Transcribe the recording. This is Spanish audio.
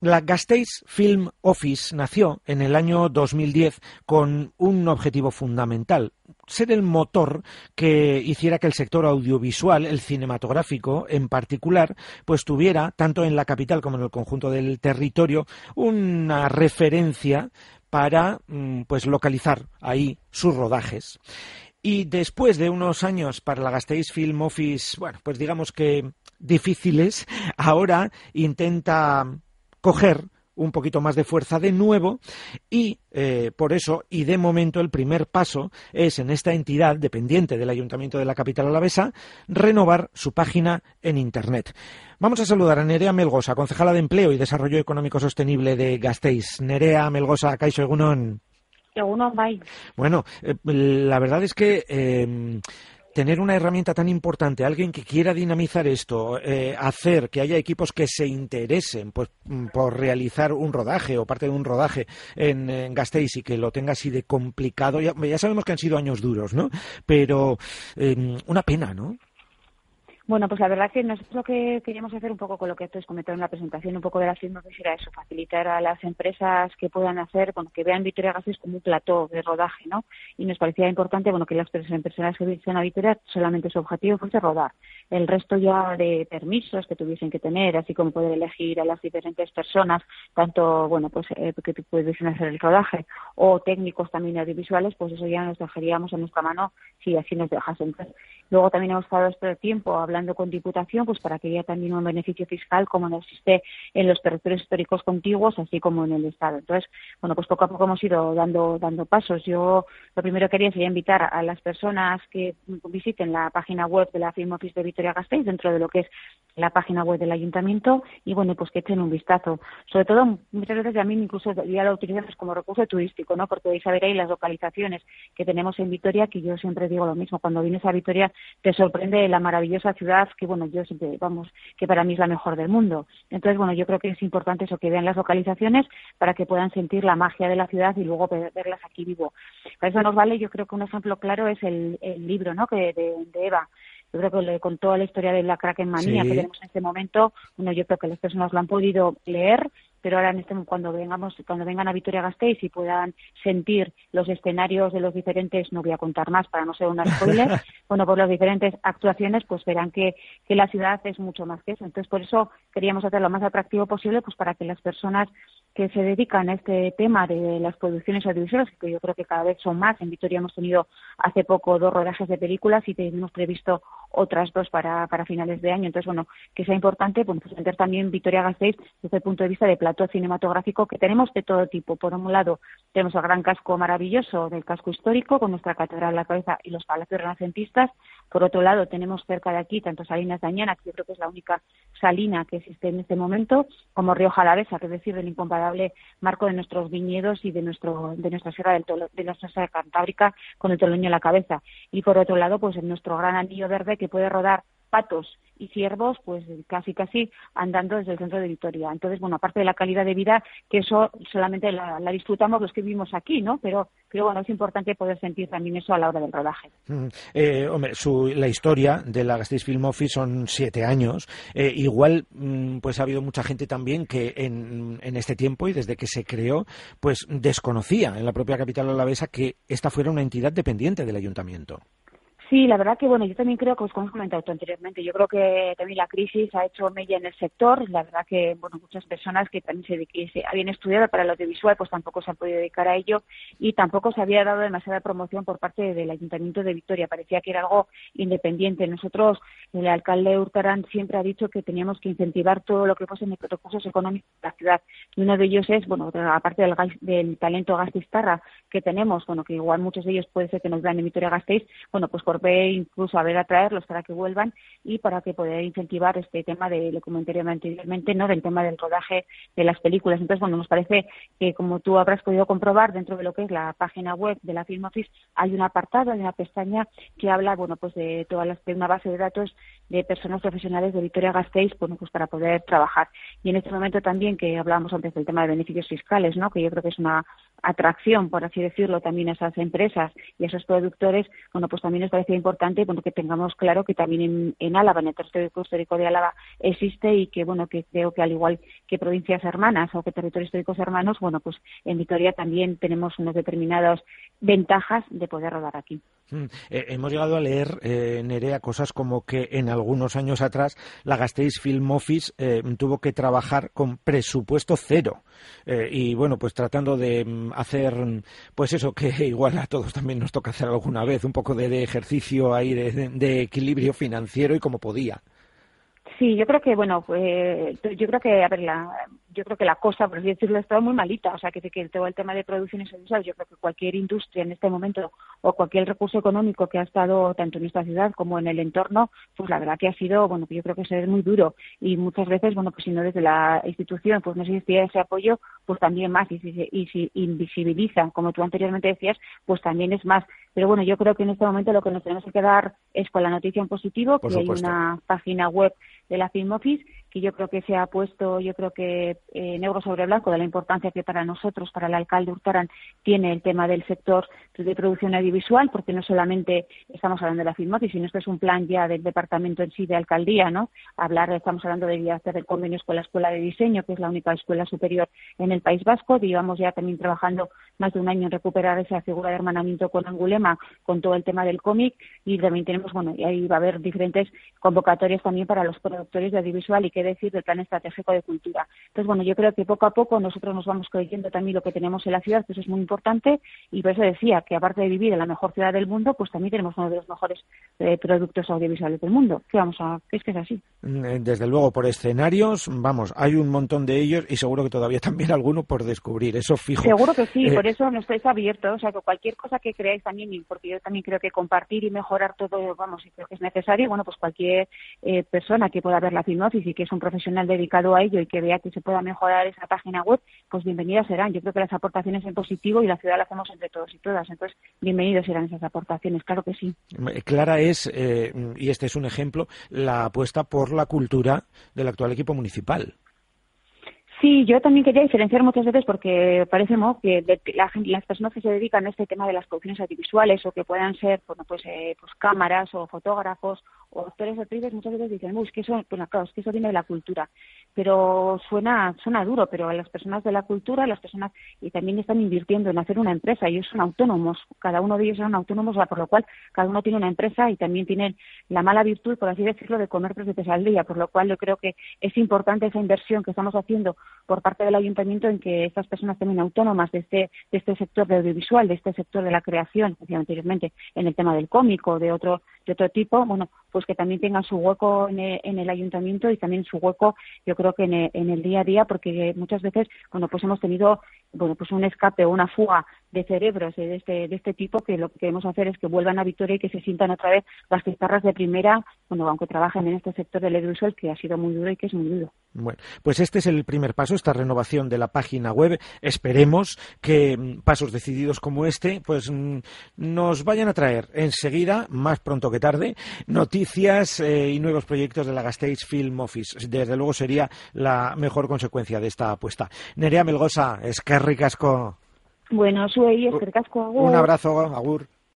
La Gasteiz Film Office nació en el año 2010 con un objetivo fundamental: ser el motor que hiciera que el sector audiovisual, el cinematográfico en particular, pues tuviera, tanto en la capital como en el conjunto del territorio, una referencia para pues localizar ahí sus rodajes. Y después de unos años para la Gasteiz Film Office, bueno, pues digamos que difíciles, ahora intenta coger un poquito más de fuerza de nuevo y por eso, y de momento, el primer paso es, en esta entidad dependiente del Ayuntamiento de la capital alavesa, renovar su página en Internet. Vamos a saludar a Nerea Melgosa, concejala de Empleo y Desarrollo Económico Sostenible de Gasteiz. Nerea Melgosa, kaixo egunon. Egunon, bai. Bueno, la verdad es que tener una herramienta tan importante, alguien que quiera dinamizar esto, hacer que haya equipos que se interesen pues, por realizar un rodaje o parte de un rodaje en Gasteiz, y que lo tenga así de complicado, ya sabemos que han sido años duros, ¿no? Pero una pena, ¿no? Bueno, pues la verdad que nosotros lo que queríamos hacer un poco con lo que ustedes comentaron en la presentación, un poco de la Film Office, era eso, facilitar a las empresas que puedan hacer, bueno, que vean Vitoria-Gasteiz como un plató de rodaje, ¿no? Y nos parecía importante, bueno, que las personas que visiten a Vitoria, solamente su objetivo fuese rodar. El resto ya de permisos que tuviesen que tener, así como poder elegir a las diferentes personas, tanto, bueno, pues que pudiesen hacer el rodaje, o técnicos también audiovisuales, pues eso ya nos dejaríamos en nuestra mano si así nos dejasen. Entonces, luego también hemos estado este tiempo hablando con Diputación, pues para que haya también un beneficio fiscal como no existe en los territorios históricos contiguos, así como en el Estado. Entonces, bueno, pues poco a poco hemos ido dando pasos. Yo lo primero que quería sería invitar a las personas que visiten la página web de la Film Office de Vitoria-Gasteiz, dentro de lo que es la página web del Ayuntamiento, y bueno, pues que echen un vistazo. Sobre todo, muchas veces a mí incluso ya lo utilizamos como recurso turístico, ¿no? Porque vais a ver ahí las localizaciones que tenemos en Vitoria, que yo siempre digo lo mismo: cuando vienes a Vitoria te sorprende la maravillosa ciudad, que bueno, yo siempre, que para mí es la mejor del mundo. Entonces, bueno, yo creo que es importante eso, que vean las localizaciones para que puedan sentir la magia de la ciudad y luego verlas aquí vivo. Para eso nos vale, yo creo que un ejemplo claro es el libro, ¿no?, que de Eva. Yo creo que con toda la historia de la Krakenmanía, sí, que tenemos en este momento, bueno, yo creo que las personas lo han podido leer, pero ahora cuando vengan a Vitoria-Gasteiz y puedan sentir los escenarios de los diferentes, no voy a contar más para no ser una spoiler, bueno, por las diferentes actuaciones, pues verán que la ciudad es mucho más que eso. Entonces, por eso queríamos hacerlo lo más atractivo posible, pues para que las personas que se dedican a este tema de las producciones audiovisuales, que yo creo que cada vez son más. En Vitoria hemos tenido hace poco 2 rodajes de películas y tenemos previsto otras 2 para finales de año. Entonces, bueno, que sea importante, bueno, pues entender también Vitoria-Gasteiz desde el punto de vista de plató cinematográfico, que tenemos de todo tipo. Por un lado, tenemos el gran casco maravilloso del casco histórico, con nuestra catedral a la cabeza y los palacios renacentistas. Por otro lado, tenemos cerca de aquí tanto Salinas de Añana, que yo creo que es la única salina que existe en este momento, como Río Jalavesa, que es decir, del incomparable marco de nuestros viñedos y de nuestra sierra de nuestra sierra cantábrica, con el Toloño a la cabeza. Y por otro lado, pues en nuestro gran anillo verde, que puede rodar patos y ciervos, pues casi andando desde el centro de Vitoria. Entonces, bueno, aparte de la calidad de vida, que eso solamente la disfrutamos los que vivimos aquí, ¿no? Pero bueno, es importante poder sentir también eso a la hora del rodaje. Hombre, la historia de la Gasteiz Film Office son 7 años. Igual, pues ha habido mucha gente también que en este tiempo y desde que se creó, pues desconocía en la propia capital alavesa que esta fuera una entidad dependiente del ayuntamiento. Sí, la verdad que, bueno, yo también creo que, como hemos comentado anteriormente, yo creo que también la crisis ha hecho mella en el sector. La verdad que, bueno, muchas personas que también se habían estudiado para el audiovisual, pues tampoco se han podido dedicar a ello, y tampoco se había dado demasiada promoción por parte del Ayuntamiento de Vitoria. Parecía que era algo independiente. Nosotros, el alcalde Urtaran siempre ha dicho que teníamos que incentivar todo lo que fuesen recursos económicos de la ciudad. Y uno de ellos es, bueno, aparte del talento gasteiztarra que tenemos, bueno, que igual muchos de ellos puede ser que nos vean en Vitoria-Gasteiz, bueno, pues por incluso a ver atraerlos para que vuelvan y para que poder incentivar este tema de lo que comenté anteriormente, ¿no?, del tema del rodaje de las películas. Entonces, bueno, nos parece que, como tú habrás podido comprobar, dentro de lo que es la página web de la Film Office hay un apartado, hay una pestaña que habla, bueno, pues de una base de datos de personas profesionales de Vitoria-Gasteiz, bueno, pues para poder trabajar. Y en este momento también, que hablábamos antes del tema de beneficios fiscales, ¿no?, que yo creo que es una atracción, por así decirlo, también a esas empresas y a esos productores, bueno, pues también nos parece importante, bueno, que tengamos claro que también en Álava, en el territorio histórico de Álava, existe y que, bueno, que creo que al igual que provincias hermanas o que territorios históricos hermanos, bueno, pues en Vitoria también tenemos unas determinadas ventajas de poder rodar aquí. Hemos llegado a leer, Nerea, cosas como que en algunos años atrás la Gasteiz Film Office tuvo que trabajar con presupuesto cero y bueno, pues tratando de hacer, pues eso que igual a todos también nos toca hacer alguna vez, un poco de ejercicio ahí de equilibrio financiero y como podía. Sí, yo creo que, bueno, yo creo que, a ver, yo creo que la cosa, por así decirlo, está muy malita. O sea, que todo el tema de producciones audiovisuales, yo creo que cualquier industria en este momento o cualquier recurso económico que ha estado tanto en esta ciudad como en el entorno, pues la verdad que ha sido, bueno, yo creo que es muy duro. Y muchas veces, bueno, pues si no desde la institución, pues no existía ese apoyo, pues también más. Y si invisibiliza, como tú anteriormente decías, pues también es más. Pero bueno, yo creo que en este momento lo que nos tenemos que quedar es con la noticia en positivo, que hay una página web de la Film Office que yo creo que se ha puesto, negro sobre blanco de la importancia que para nosotros, para el alcalde Urtaran, tiene el tema del sector de producción audiovisual, porque no solamente estamos hablando de la Film Office, sino esto es un plan ya del departamento en sí de alcaldía, ¿no? Estamos hablando de hacer convenios con la Escuela de Diseño, que es la única escuela superior en el País Vasco. Llevamos ya también trabajando más de un año en recuperar esa figura de hermanamiento con Angulema, con todo el tema del cómic, y también tenemos, bueno, y ahí va a haber diferentes convocatorias también para los productores de audiovisual y qué decir del plan estratégico de cultura. Entonces, bueno, yo creo que poco a poco nosotros nos vamos creyendo también lo que tenemos en la ciudad, que eso es muy importante, y por eso decía que aparte de vivir en la mejor ciudad del mundo, pues también tenemos uno de los mejores productos audiovisuales del mundo. Es que es así. Desde luego, por escenarios, vamos, hay un montón de ellos y seguro que todavía también alguno por descubrir, eso fijo. Seguro que sí, por eso no estáis abiertos, o sea, que cualquier cosa que creáis también, porque yo también creo que compartir y mejorar todo, vamos, y creo que es necesario, bueno, pues cualquier persona que pueda ver la Film Office y que es un profesional dedicado a ello y que vea que se pueda mejorar esa página web, pues bienvenidas serán. Yo creo que las aportaciones en positivo y la ciudad la hacemos entre todos y todas, entonces bienvenidos serán esas aportaciones, claro que sí. Clara es, y este es un ejemplo, la apuesta por la cultura del actual equipo municipal. Sí, yo también quería diferenciar muchas veces porque parece que las personas que se dedican a este tema de las producciones audiovisuales o que puedan ser pues cámaras o fotógrafos o actores o actrices muchas veces dicen, es que eso, bueno, claro, es que eso viene de la cultura, pero suena duro, pero las personas de la cultura, y también están invirtiendo en hacer una empresa, ellos son autónomos, cada uno de ellos son autónomos, por lo cual cada uno tiene una empresa y también tienen la mala virtud, por así decirlo, de comer 3 veces al día, por lo cual yo creo que es importante esa inversión que estamos haciendo por parte del ayuntamiento en que estas personas también autónomas de este sector de audiovisual, de este sector de la creación, decía anteriormente, en el tema del cómic o de otro tipo, bueno, pues que también tengan su hueco en el ayuntamiento y también su hueco, yo creo que en el día a día, porque muchas veces, bueno, pues hemos tenido, bueno, pues un escape o una fuga de cerebros de este tipo, que lo que queremos hacer es que vuelvan a Vitoria y que se sientan otra vez las guitarras de primera, bueno, aunque trabajen en este sector del audiovisual que ha sido muy duro y que es muy duro. Bueno, pues este es el primer paso, esta renovación de la página web. Esperemos que pasos decididos como este pues nos vayan a traer enseguida, más pronto que tarde, noticias y nuevos proyectos de la Gasteiz Film Office. Desde luego sería la mejor consecuencia de esta apuesta. Nerea Melgosa, eskerrik asko. Bueno, eskerrik asko, agur. Un abrazo, agur.